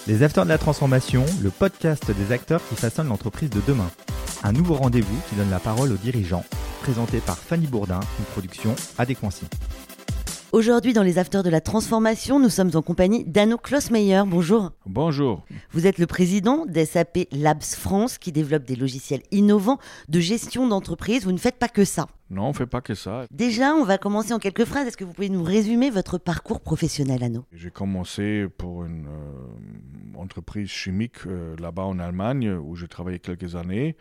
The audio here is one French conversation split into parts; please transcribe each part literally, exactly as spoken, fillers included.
Les Acteurs de la Transformation, le podcast des acteurs qui façonnent l'entreprise de demain. Un nouveau rendez-vous qui donne la parole aux dirigeants, présenté par Fanny Bourdin, une production Adéquancy. Aujourd'hui, dans les Acteurs de la Transformation, nous sommes en compagnie d'Anno Klossmeyer. Bonjour. Bonjour. Vous êtes le président d'S A P Labs France qui développe des logiciels innovants de gestion d'entreprise. Vous ne faites pas que ça. Non, on ne fait pas que ça. Déjà, on va commencer en quelques phrases. Est-ce que vous pouvez nous résumer votre parcours professionnel, Anno ? J'ai commencé pour une euh, entreprise chimique euh, là-bas en Allemagne où j'ai travaillé quelques années.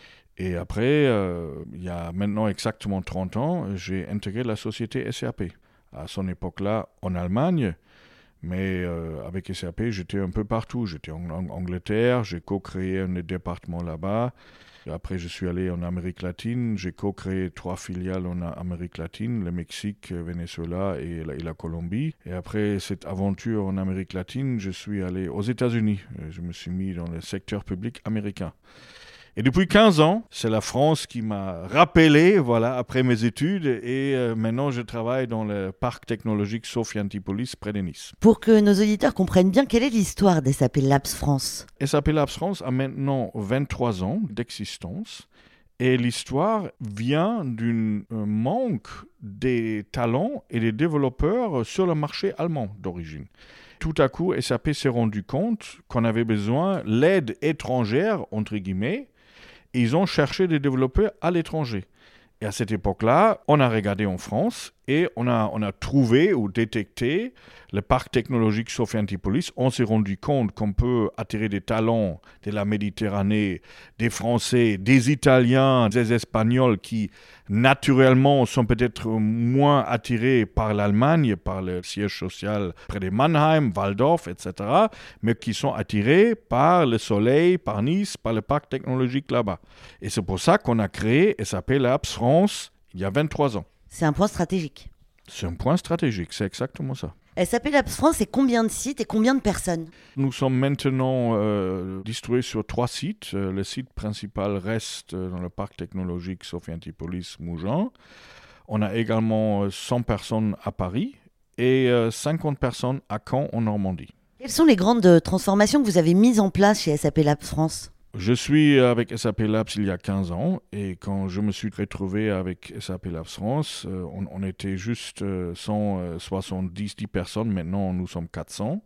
Et après, euh, il y a maintenant exactement trente ans, j'ai intégré la société S A P. À son époque-là, en Allemagne, mais euh, avec S A P, j'étais un peu partout. J'étais en, en Angleterre, j'ai co-créé un département là-bas. Après, je suis allé en Amérique latine. J'ai co-créé trois filiales en Amérique latine, le Mexique, Venezuela et la, et la Colombie. Et après cette aventure en Amérique latine, je suis allé aux États-Unis. Je me suis mis dans le secteur public américain. Et depuis quinze ans, c'est la France qui m'a rappelé, voilà, après mes études. Et euh, maintenant, je travaille dans le parc technologique Sophia Antipolis, près de Nice. Pour que nos auditeurs comprennent bien, quelle est l'histoire d'S A P Labs France ? S A P Labs France a maintenant vingt-trois ans d'existence. Et l'histoire vient d'un manque des talents et des développeurs sur le marché allemand d'origine. Tout à coup, S A P s'est rendu compte qu'on avait besoin d'aide étrangère, entre guillemets. Ils ont cherché des développeurs à l'étranger. Et à cette époque-là, on a regardé en France et on a, on a trouvé ou détecté le parc technologique Sophia Antipolis. On s'est rendu compte qu'on peut attirer des talents de la Méditerranée, des Français, des Italiens, des Espagnols qui, naturellement, sont peut-être moins attirés par l'Allemagne, par le siège social près de Mannheim, Waldorf, et cetera, mais qui sont attirés par le soleil, par Nice, par le parc technologique là-bas. Et c'est pour ça qu'on a créé S A P Labs France il y a vingt-trois ans. C'est un point stratégique. C'est un point stratégique, c'est exactement ça. S A P Labs France, c'est combien de sites et combien de personnes ? Nous sommes maintenant euh, distribués sur trois sites. Euh, le site principal reste dans le parc technologique Sophia Antipolis Mougins. On a également cent personnes à Paris et euh, cinquante personnes à Caen en Normandie. Quelles sont les grandes transformations que vous avez mises en place chez S A P Labs France ? Je suis avec S A P Labs il y a quinze ans et quand je me suis retrouvé avec S A P Labs France, euh, on, on était juste euh, cent soixante-dix personnes, maintenant nous sommes quatre cents.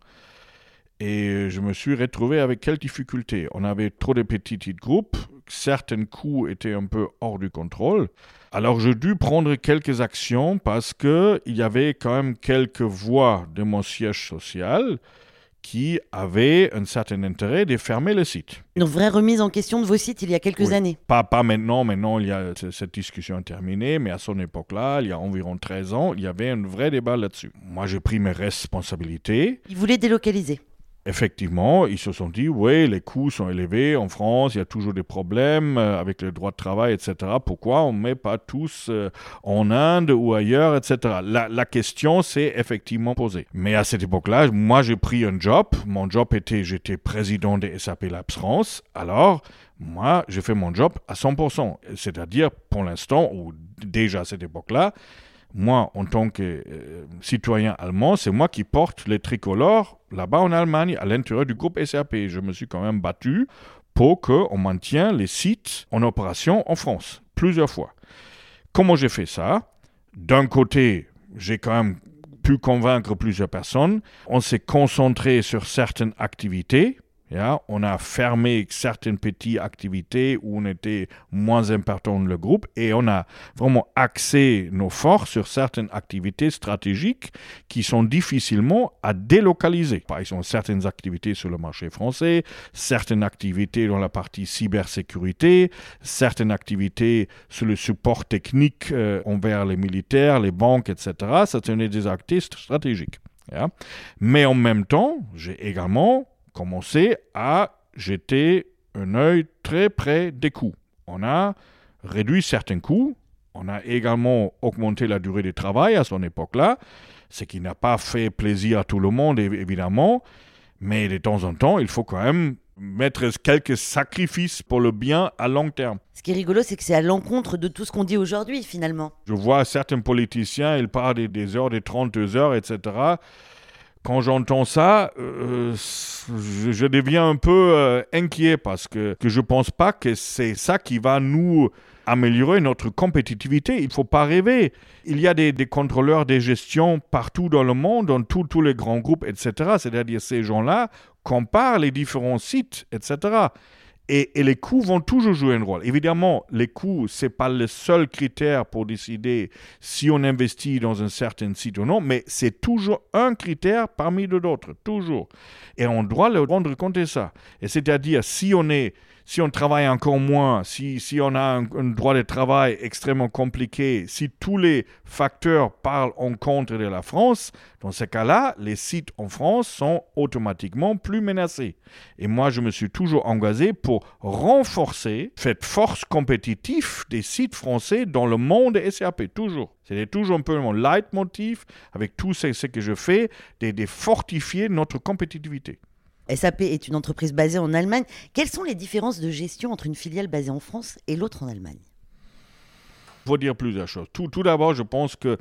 Et je me suis retrouvé avec quelques difficultés. On avait trop de petits groupes, certains coûts étaient un peu hors du contrôle. Alors j'ai dû prendre quelques actions parce qu'il y avait quand même quelques voix de mon siège social qui avaient un certain intérêt de fermer le site. Une vraie remise en question de vos sites il y a quelques oui. années. Pas, pas maintenant, maintenant il y a cette discussion terminée, mais à son époque-là, il y a environ treize ans, il y avait un vrai débat là-dessus. Moi, j'ai pris mes responsabilités. Ils voulaient délocaliser. Effectivement, ils se sont dit, oui, les coûts sont élevés en France, il y a toujours des problèmes avec le droit de travail, et cetera. Pourquoi on ne met pas tous euh, en Inde ou ailleurs, et cetera. La, la question s'est effectivement posée. Mais à cette époque-là, moi, j'ai pris un job. Mon job était, j'étais président de S A P Labs France. Alors, moi, j'ai fait mon job à cent pour cent. C'est-à-dire, pour l'instant, ou déjà à cette époque-là, moi, en tant que euh, citoyen allemand, c'est moi qui porte les tricolores là-bas en Allemagne, à l'intérieur du groupe S A P. Je me suis quand même battu pour qu'on maintienne les sites en opération en France, plusieurs fois. Comment j'ai fait ça ? D'un côté, j'ai quand même pu convaincre plusieurs personnes. On s'est concentré sur certaines activités. Yeah, on a fermé certaines petites activités où on était moins important dans le groupe et on a vraiment axé nos forces sur certaines activités stratégiques qui sont difficilement à délocaliser. Par exemple, certaines activités sur le marché français, certaines activités dans la partie cybersécurité, certaines activités sur le support technique euh, envers les militaires, les banques, et cetera. Ça tenait des activités stratégiques. Yeah. Mais en même temps, j'ai également commencé à jeter un œil très près des coûts. On a réduit certains coûts, on a également augmenté la durée de travail à son époque-là, ce qui n'a pas fait plaisir à tout le monde, évidemment, mais de temps en temps, il faut quand même mettre quelques sacrifices pour le bien à long terme. Ce qui est rigolo, c'est que c'est à l'encontre de tout ce qu'on dit aujourd'hui, finalement. Je vois certains politiciens, ils parlent des, des heures, des trente-deux heures, et cetera. Quand j'entends ça, euh, je, je deviens un peu euh, inquiet parce que, que je ne pense pas que c'est ça qui va nous améliorer notre compétitivité. Il ne faut pas rêver. Il y a des, des contrôleurs de gestion partout dans le monde, dans tous les grands groupes, et cetera. C'est-à-dire ces gens-là comparent les différents sites, et cetera. Et, et les coûts vont toujours jouer un rôle. Évidemment, les coûts, ce n'est pas le seul critère pour décider si on investit dans un certain site ou non, mais c'est toujours un critère parmi d'autres, toujours. Et on doit le rendre compte de ça. Et c'est-à-dire, si on est... Si on travaille encore moins, si, si on a un, un droit de travail extrêmement compliqué, si tous les facteurs parlent en contre de la France, dans ce cas-là, les sites en France sont automatiquement plus menacés. Et moi, je me suis toujours engagé pour renforcer cette force compétitive des sites français dans le monde S A P, toujours. C'était toujours un peu mon leitmotiv, avec tout ce, ce que je fais, de, de fortifier notre compétitivité. S A P est une entreprise basée en Allemagne. Quelles sont les différences de gestion entre une filiale basée en France et l'autre en Allemagne ? Il faut dire plusieurs choses. Tout, tout d'abord, je pense que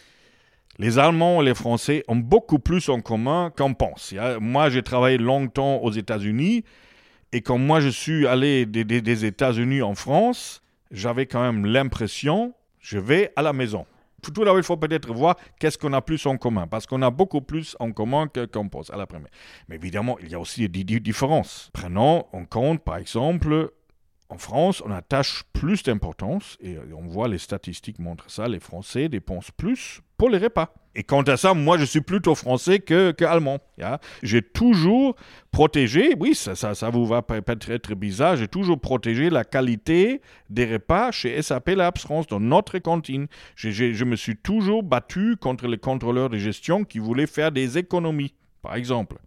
les Allemands et les Français ont beaucoup plus en commun qu'on pense. Moi, j'ai travaillé longtemps aux États-Unis et quand moi je suis allé des, des, des États-Unis en France, j'avais quand même l'impression, je vais à la maison. Tout d'abord, il faut peut-être voir qu'est-ce qu'on a plus en commun, parce qu'on a beaucoup plus en commun que, qu'on pense à la première. Mais évidemment, il y a aussi des, des différences. Prenons en compte, par exemple, en France, on attache plus d'importance, et on voit les statistiques montrent ça, les Français dépensent plus pour les repas. Et quant à ça, moi, je suis plutôt français que, que allemand. Yeah. J'ai toujours protégé, oui, ça, ça, ça vous va peut-être être bizarre, j'ai toujours protégé la qualité des repas chez S A P Labs France, dans notre cantine. J'ai, j'ai, je me suis toujours battu contre les contrôleurs de gestion qui voulaient faire des économies, par exemple.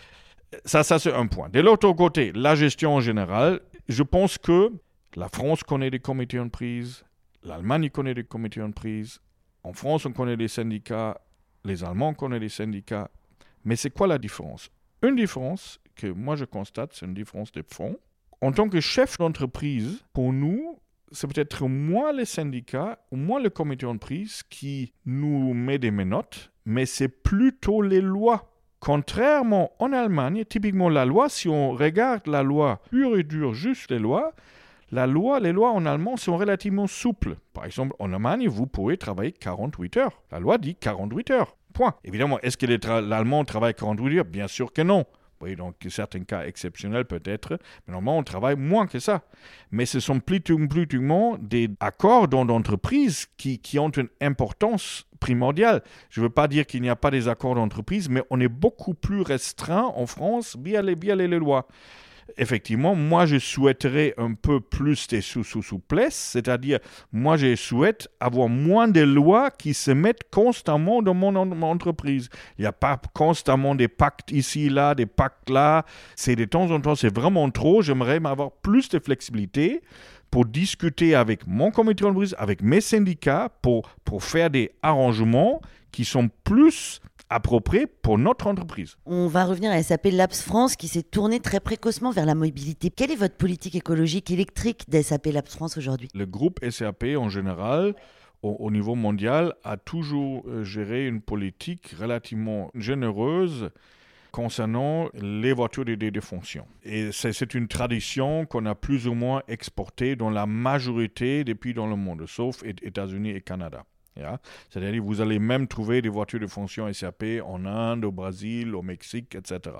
Ça, ça c'est un point. De l'autre côté, la gestion en général, je pense que la France connaît des comités d'entreprise, l'Allemagne connaît des comités d'entreprise, en France, on connaît des syndicats, les Allemands connaissent des syndicats. Mais c'est quoi la différence ? Une différence que moi je constate, c'est une différence de fond. En tant que chef d'entreprise, pour nous, c'est peut-être moins les syndicats ou moins le comité d'entreprise qui nous met des menottes, mais c'est plutôt les lois. Contrairement en Allemagne, typiquement la loi, si on regarde la loi pure et dure, juste les lois, La loi, les lois en allemand sont relativement souples. Par exemple, en Allemagne, vous pouvez travailler quarante-huit heures. La loi dit quarante-huit heures. Point. Évidemment, est-ce que tra- l'allemand travaille quarante-huit heures ? Bien sûr que non. Oui, donc certains cas exceptionnels peut-être, mais normalement on travaille moins que ça. Mais ce sont plutôt, plutôt des accords d'entreprise qui, qui ont une importance primordiale. Je ne veux pas dire qu'il n'y a pas des accords d'entreprise, mais on est beaucoup plus restreint en France via les, via les lois. Effectivement, moi, je souhaiterais un peu plus de sous-souplesse, c'est-à-dire, moi, je souhaite avoir moins de lois qui se mettent constamment dans mon, en- mon entreprise. Il n'y a pas constamment des pactes ici, là, des pactes là. C'est de temps en temps, c'est vraiment trop. J'aimerais avoir plus de flexibilité pour discuter avec mon comité d'entreprise, avec mes syndicats, pour, pour faire des arrangements qui sont plus appropriés pour notre entreprise. On va revenir à S A P Labs France qui s'est tournée très précocement vers la mobilité. Quelle est votre politique écologique électrique d'S A P Labs France aujourd'hui ? Le groupe S A P en général, au, au niveau mondial, a toujours euh, géré une politique relativement généreuse concernant les voitures de, de, de fonction. Et c'est, c'est une tradition qu'on a plus ou moins exportée dans la majorité des pays dans le monde, sauf les États-Unis et Canada. Yeah. C'est-à-dire que vous allez même trouver des voitures de fonction S A P en Inde, au Brésil, au Mexique, et cetera.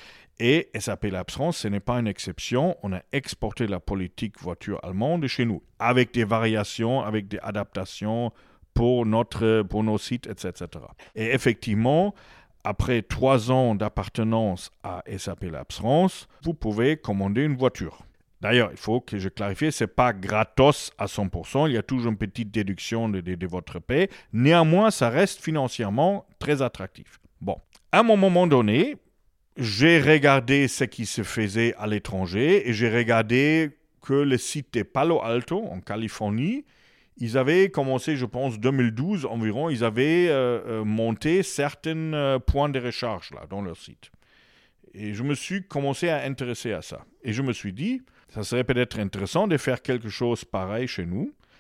Et S A P Labs France, ce n'est pas une exception. On a exporté la politique voiture allemande chez nous, avec des variations, avec des adaptations pour, notre, pour nos sites, et cetera. Et effectivement, après trois ans d'appartenance à S A P Labs France, vous pouvez commander une voiture. D'ailleurs, il faut que je clarifie, ce n'est pas gratos à cent pour cent, il y a toujours une petite déduction de, de, de votre paie. Néanmoins, ça reste financièrement très attractif. Bon, à un moment donné, j'ai regardé ce qui se faisait à l'étranger et j'ai regardé que le site de Palo Alto, en Californie, ils avaient commencé, je pense, deux mille douze environ, ils avaient euh, euh, monté certains euh, points de recharge là, dans leur site. Et je me suis commencé à intéresser à ça. Et je me suis dit, ça serait peut-être intéressant de faire quelque chose pareil chez nous.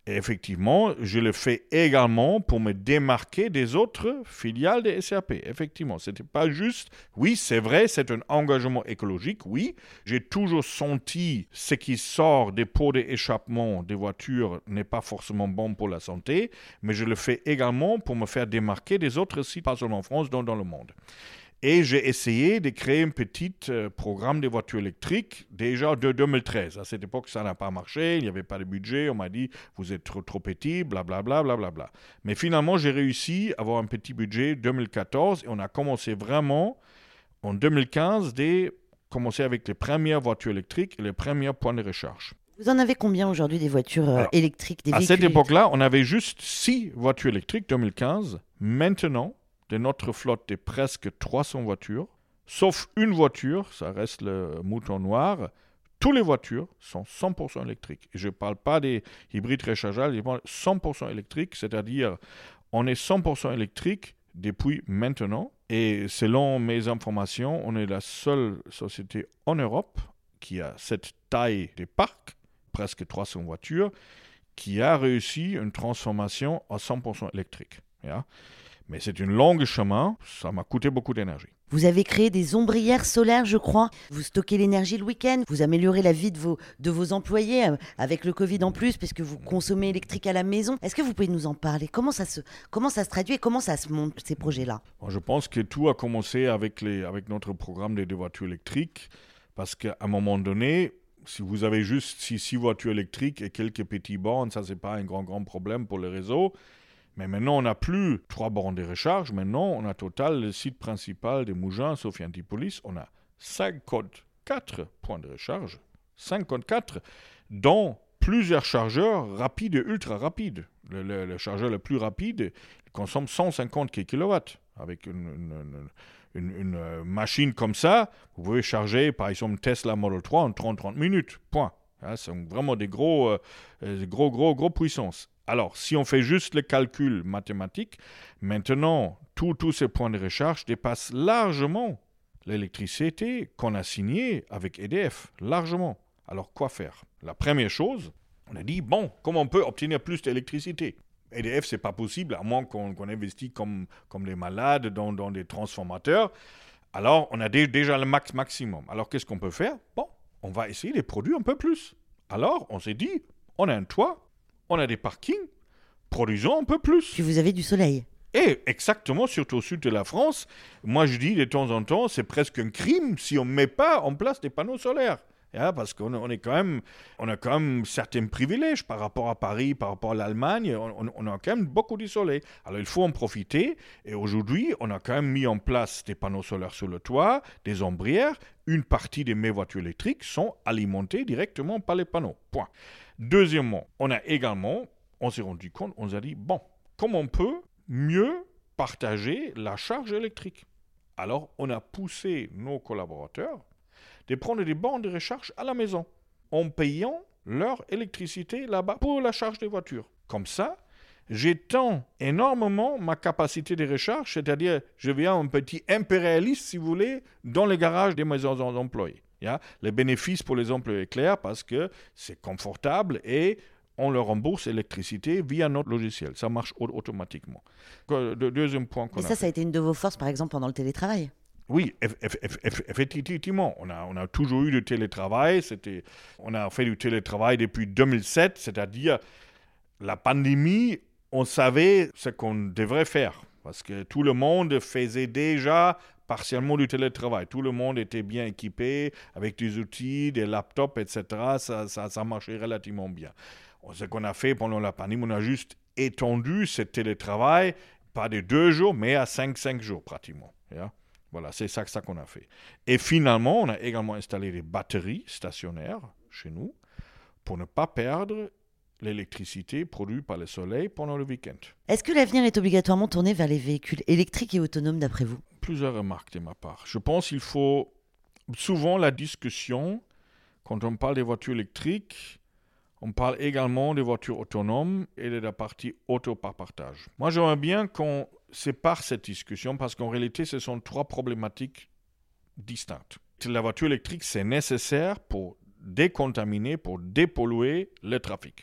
Et effectivement, je le fais également pour me démarquer des autres filiales de S A P. Effectivement, ce n'était pas juste, oui, c'est vrai, c'est un engagement écologique, oui. J'ai toujours senti ce qui sort des pots d'échappement des voitures n'est pas forcément bon pour la santé, mais je le fais également pour me faire démarquer des autres sites, pas seulement en France, dans, dans le monde. Et j'ai essayé de créer un petit euh, programme de voitures électriques déjà de deux mille treize. À cette époque, ça n'a pas marché, il n'y avait pas de budget, on m'a dit « vous êtes trop, trop petit, blablabla. Bla, bla, bla. » Mais finalement, j'ai réussi à avoir un petit budget deux mille quatorze et on a commencé vraiment en deux mille quinze de commencer avec les premières voitures électriques et les premiers points de recharge. Vous en avez combien aujourd'hui des voitures euh, Alors, électriques, des à véhicules cette époque-là, on avait juste six voitures électriques deux mille quinze. Maintenant, de notre flotte de presque trois cents voitures, sauf une voiture, ça reste le mouton noir, toutes les voitures sont cent pour cent électriques. Et je ne parle pas des hybrides rechargeables, je parle cent pour cent électriques, c'est-à-dire on est cent pour cent électrique depuis maintenant. Et selon mes informations, on est la seule société en Europe qui a cette taille de parc, presque trois cents voitures, qui a réussi une transformation à cent pour cent électrique. Yeah. Mais c'est une longue chemin, ça m'a coûté beaucoup d'énergie. Vous avez créé des ombrières solaires, je crois. Vous stockez l'énergie le week-end. Vous améliorez la vie de vos, de vos employés euh, avec le Covid en plus, puisque vous consommez électrique à la maison. Est-ce que vous pouvez nous en parler ? Comment ça se, comment ça se traduit et comment ça se monte, ces projets-là ? Bon, je pense que tout a commencé avec, les, avec notre programme des, des voitures électriques, parce qu'à un moment donné, si vous avez juste six, six voitures électriques et quelques petits bornes, ça, ce n'est pas un grand, grand problème pour le réseau. Mais maintenant, on n'a plus trois bornes de recharge. Maintenant, on a total le site principal de Mougins, Sophie Antipolis. On a cinquante-quatre points de recharge, cinquante-quatre, dont plusieurs chargeurs rapides et ultra rapides. Le, le, le chargeur le plus rapide il consomme cent cinquante kilowatts. Avec une, une, une, une, une machine comme ça, vous pouvez charger, par exemple, Tesla Model trois en trente à trente minutes. Point. Hein, c'est vraiment des gros, euh, gros, gros, gros puissances. Alors, si on fait juste le calcul mathématique, maintenant, tous ces points de recharge dépassent largement l'électricité qu'on a signée avec E D F. Largement. Alors, quoi faire ? La première chose, on a dit, bon, comment on peut obtenir plus d'électricité ? E D F, ce n'est pas possible, à moins qu'on, qu'on investisse comme, comme des malades dans, dans des transformateurs. Alors, on a dé, déjà le max maximum. Alors, qu'est-ce qu'on peut faire ? Bon, on va essayer de produire un peu plus. Alors, on s'est dit, on a un toit, on a des parkings, produisons un peu plus. Puis vous avez du soleil. Et exactement, surtout au sud de la France, moi je dis de temps en temps, c'est presque un crime si on ne met pas en place des panneaux solaires. Yeah, parce qu'on on est quand même, on a quand même certains privilèges par rapport à Paris, par rapport à l'Allemagne, on, on a quand même beaucoup de soleil. Alors il faut en profiter, et aujourd'hui on a quand même mis en place des panneaux solaires sur le toit, des ombrières, une partie de mes voitures électriques sont alimentées directement par les panneaux. Point. Deuxièmement, on a également, on s'est rendu compte, on s'est dit, bon, comment on peut mieux partager la charge électrique ? Alors, on a poussé nos collaborateurs de prendre des bornes de recharge à la maison, en payant leur électricité là-bas pour la charge des voitures. Comme ça, j'étends énormément ma capacité de recharge, c'est-à-dire, je viens un petit impérialiste, si vous voulez, dans les garages des maisons d'employés. Yeah? Les bénéfices pour les employés clairs parce que c'est confortable et on leur rembourse l'électricité via notre logiciel. Ça marche automatiquement. Le deuxième point qu'on Et a ça, fait. ça a été une de vos forces, par exemple, pendant le télétravail. Oui, eff, eff, eff, eff, effectivement. On a, on a toujours eu du télétravail. C'était, on a fait du télétravail depuis deux mille sept, c'est-à-dire la pandémie, on savait ce qu'on devrait faire parce que tout le monde faisait déjà partiellement du télétravail. Tout le monde était bien équipé avec des outils, des laptops, et cetera. Ça, ça, ça marchait relativement bien. Ce qu'on a fait pendant la pandémie, on a juste étendu ce télétravail, pas de deux jours, mais à cinq, cinq jours pratiquement. Yeah? Voilà, c'est ça, ça qu'on a fait. Et finalement, on a également installé des batteries stationnaires chez nous pour ne pas perdre l'électricité produite par le soleil pendant le week-end. Est-ce que l'avenir est obligatoirement tourné vers les véhicules électriques et autonomes d'après vous ? Plusieurs remarques de ma part. Je pense qu'il faut souvent la discussion, quand on parle des voitures électriques, on parle également des voitures autonomes et de la partie auto par partage. Moi, j'aimerais bien qu'on sépare cette discussion parce qu'en réalité, ce sont trois problématiques distinctes. La voiture électrique, c'est nécessaire pour décontaminer, pour dépolluer le trafic.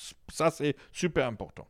Ça, c'est super important.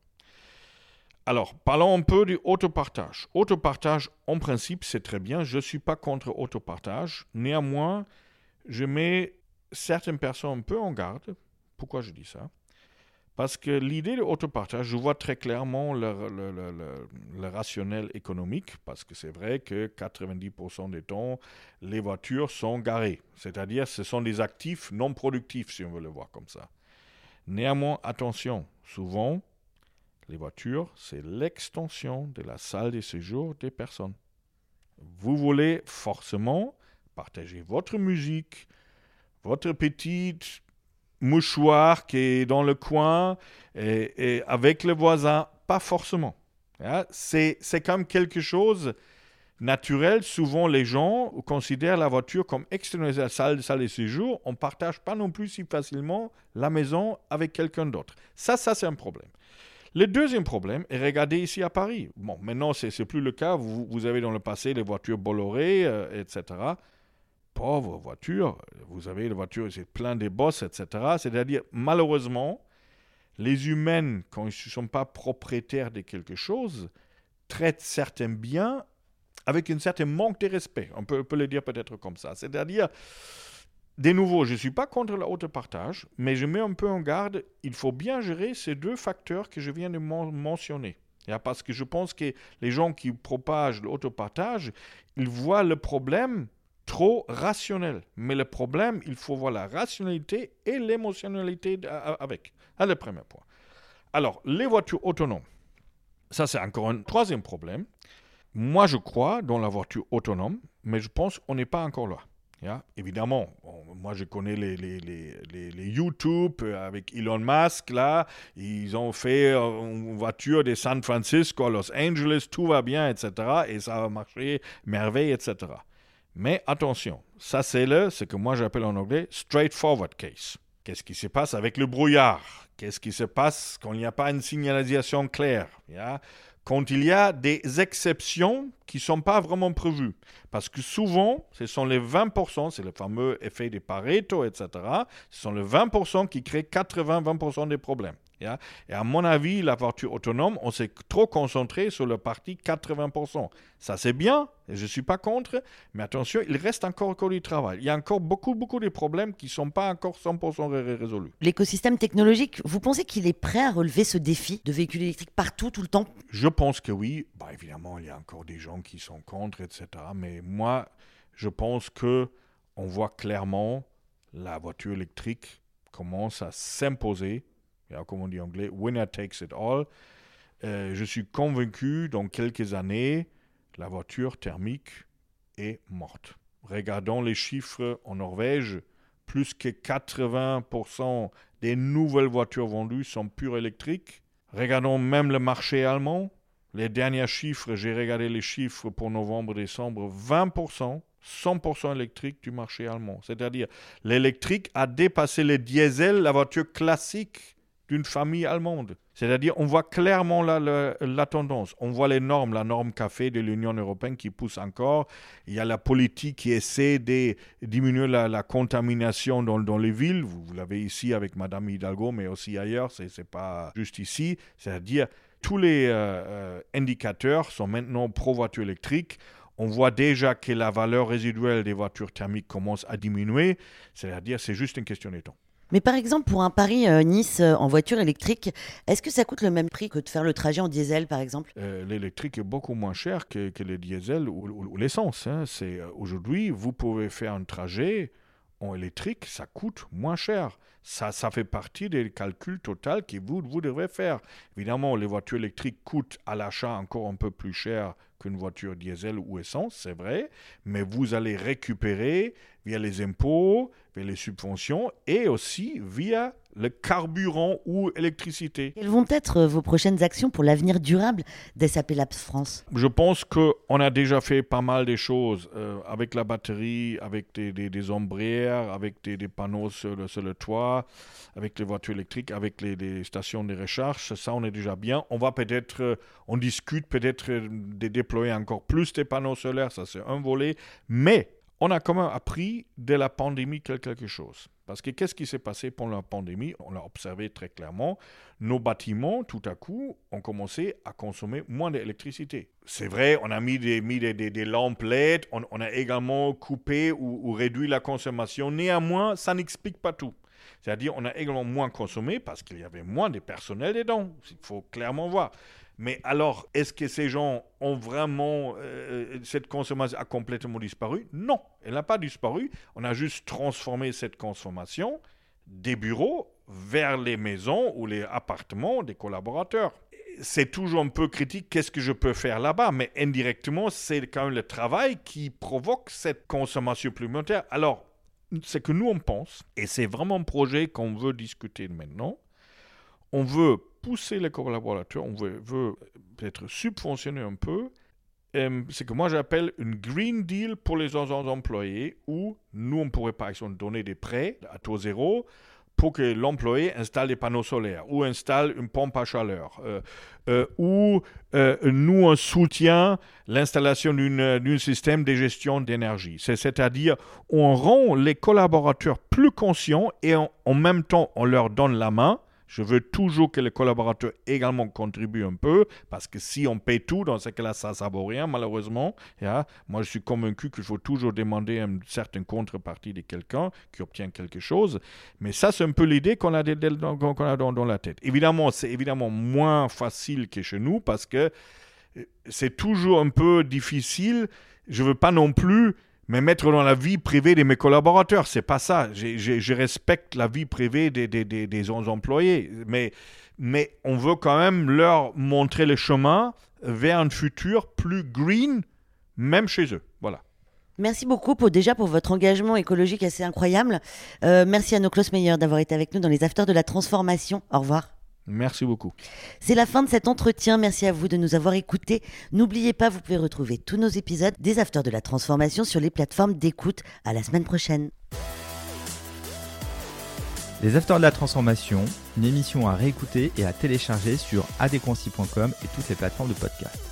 Alors, parlons un peu du autopartage. Autopartage, en principe, c'est très bien. Je ne suis pas contre autopartage. Néanmoins, je mets certaines personnes un peu en garde. Pourquoi je dis ça? Parce que l'idée de autopartage, je vois très clairement le, le, le, le, le rationnel économique, parce que c'est vrai que quatre-vingt-dix pour cent des temps, les voitures sont garées. C'est-à-dire, ce sont des actifs non productifs, si on veut le voir comme ça. Néanmoins, attention, souvent, les voitures, c'est l'extension de la salle de séjour des personnes. Vous voulez forcément partager votre musique, votre petite mouchoir qui est dans le coin et, et avec le voisin, pas forcément. Yeah? C'est, c'est comme quelque chose naturel. Souvent, les gens considèrent la voiture comme externalisée à la salle, salle de séjour. On ne partage pas non plus si facilement la maison avec quelqu'un d'autre. Ça, ça c'est un problème. Le deuxième problème est, regardez ici à Paris. Bon, maintenant, ce n'est plus le cas. Vous, vous avez dans le passé les voitures Bolloré, euh, et cetera. Pauvre voiture, vous avez les voitures, c'est plein de bosses, et cetera. C'est-à-dire, malheureusement, les humains, quand ils ne sont pas propriétaires de quelque chose, traitent certains biens avec un certain manque de respect. On peut, on peut le dire peut-être comme ça. C'est-à-dire, de nouveau, je ne suis pas contre l'autopartage, mais je mets un peu en garde, il faut bien gérer ces deux facteurs que je viens de mentionner. Parce que je pense que les gens qui propagent l'autopartage, ils voient le problème trop rationnel. Mais le problème, il faut voir la rationalité et l'émotionnalité avec. C'est le premier point. Alors, les voitures autonomes. Ça, c'est encore un troisième problème. Moi, je crois dans la voiture autonome, mais je pense qu'on n'est pas encore là. Yeah? Évidemment, bon, moi, je connais les, les, les, les, les YouTube avec Elon Musk, là. Ils ont fait une voiture de San Francisco à Los Angeles, tout va bien, et cetera. Et ça va marcher merveille, et cetera. Mais attention, ça c'est le, ce que moi j'appelle en anglais straightforward case. Qu'est-ce qui se passe avec le brouillard? Qu'est-ce qui se passe quand il n'y a pas une signalisation claire? Yeah? Quand il y a des exceptions qui ne sont pas vraiment prévues. Parce que souvent, ce sont les vingt pour cent, c'est le fameux effet de Pareto, et cetera. Ce sont les vingt pour cent qui créent quatre-vingts à vingt pour cent des problèmes. Yeah? Et à mon avis, la voiture autonome, on s'est trop concentré sur la partie quatre-vingts pour cent. Ça, c'est bien, et je ne suis pas contre, mais attention, il reste encore, encore du travail. Il y a encore beaucoup, beaucoup de problèmes qui ne sont pas encore cent pour cent ré- résolus. L'écosystème technologique, vous pensez qu'il est prêt à relever ce défi de véhicules électriques partout, tout le temps? Je pense que oui. Bah, évidemment, il y a encore des gens qui sont contre, et cetera. Mais moi, je pense qu'on voit clairement la voiture électrique commence à s'imposer. Comme on dit en anglais, winner takes it all. Euh, je suis convaincu, dans quelques années, la voiture thermique est morte. Regardons les chiffres en Norvège, plus que quatre-vingts pour cent des nouvelles voitures vendues sont pures électriques. Regardons même le marché allemand. Les derniers chiffres, j'ai regardé les chiffres pour novembre-décembre, vingt pour cent, cent pour cent électrique du marché allemand. C'est-à-dire, l'électrique a dépassé le diesel, la voiture classique d'une famille allemande. C'est-à-dire, on voit clairement la, la, la tendance. On voit les normes, la norme café de l'Union européenne qui pousse encore. Il y a la politique qui essaie de diminuer la, la contamination dans, dans les villes. Vous, vous l'avez ici avec Madame Hidalgo, mais aussi ailleurs. Ce n'est pas juste ici. C'est-à-dire, tous les euh, euh, indicateurs sont maintenant pro-voiture électrique. On voit déjà que la valeur résiduelle des voitures thermiques commence à diminuer. C'est-à-dire, c'est juste une question de temps. Mais par exemple, pour un Paris-Nice euh, en voiture électrique, est-ce que ça coûte le même prix que de faire le trajet en diesel, par exemple? euh, L'électrique est beaucoup moins cher que, que le diesel ou, ou, ou l'essence. Hein. C'est, euh, aujourd'hui, vous pouvez faire un trajet en électrique, ça coûte moins cher. Ça, ça fait partie des calculs totaux que vous, vous devrez faire. Évidemment, les voitures électriques coûtent à l'achat encore un peu plus cher qu'une voiture diesel ou essence, c'est vrai, mais vous allez récupérer via les impôts, via les subventions et aussi via le carburant ou électricité. Quelles vont être vos prochaines actions pour l'avenir durable d'S A P Labs France? Je pense qu'on a déjà fait pas mal de choses euh, avec la batterie, avec des, des, des ombrières, avec des, des panneaux sur le, sur le toit, avec les voitures électriques, avec les, les stations de recharge. Ça, on est déjà bien. On va peut-être, euh, on discute peut-être de déployer encore plus de panneaux solaires, ça c'est un volet, mais on a quand même appris de la pandémie quelque chose. Parce que qu'est-ce qui s'est passé pendant la pandémie? On l'a observé très clairement. Nos bâtiments, tout à coup, ont commencé à consommer moins d'électricité. C'est vrai, on a mis des, mis des, des, des lampes L E D, on, on a également coupé ou, ou réduit la consommation. Néanmoins, ça n'explique pas tout. C'est-à-dire on a également moins consommé parce qu'il y avait moins de personnel dedans. Il faut clairement voir. Mais alors, est-ce que ces gens ont vraiment... Euh, cette consommation a complètement disparu? Non, elle n'a pas disparu. On a juste transformé cette consommation des bureaux vers les maisons ou les appartements des collaborateurs. C'est toujours un peu critique, qu'est-ce que je peux faire là-bas? Mais indirectement, c'est quand même le travail qui provoque cette consommation supplémentaire. Alors, c'est que nous, on pense, et c'est vraiment un projet qu'on veut discuter maintenant, on veut pousser les collaborateurs, on veut, veut peut-être subventionner un peu, euh, c'est que moi j'appelle une Green Deal pour les employés, où nous, on pourrait par exemple donner des prêts à taux zéro pour que l'employé installe des panneaux solaires, ou installe une pompe à chaleur, euh, euh, ou euh, nous, on soutient l'installation d'une, d'un système de gestion d'énergie. C'est, c'est-à-dire, on rend les collaborateurs plus conscients et en, en même temps, on leur donne la main. Je veux toujours que les collaborateurs également contribuent un peu, parce que si on paye tout, dans ce cas-là, ça ne vaut rien, malheureusement. Yeah. Moi, je suis convaincu qu'il faut toujours demander une certaine contrepartie de quelqu'un qui obtient quelque chose. Mais ça, c'est un peu l'idée qu'on a, de, de, qu'on a dans, dans la tête. Évidemment, c'est évidemment moins facile que chez nous, parce que c'est toujours un peu difficile. Je ne veux pas non plus me mettre dans la vie privée de mes collaborateurs. C'est pas ça. Je, je, je respecte la vie privée des, des, des, des employés. Mais, mais on veut quand même leur montrer le chemin vers un futur plus green, même chez eux. Voilà. Merci beaucoup pour, déjà pour votre engagement écologique assez incroyable. Euh, merci à Klaus Meyer d'avoir été avec nous dans les Afters de la Transformation. Au revoir. Merci beaucoup. C'est la fin de cet entretien. Merci à vous de nous avoir écoutés. N'oubliez pas, vous pouvez retrouver tous nos épisodes des Afters de la Transformation sur les plateformes d'écoute. À la semaine prochaine. Les Afters de la Transformation, une émission à réécouter et à télécharger sur adconci point com et toutes les plateformes de podcast.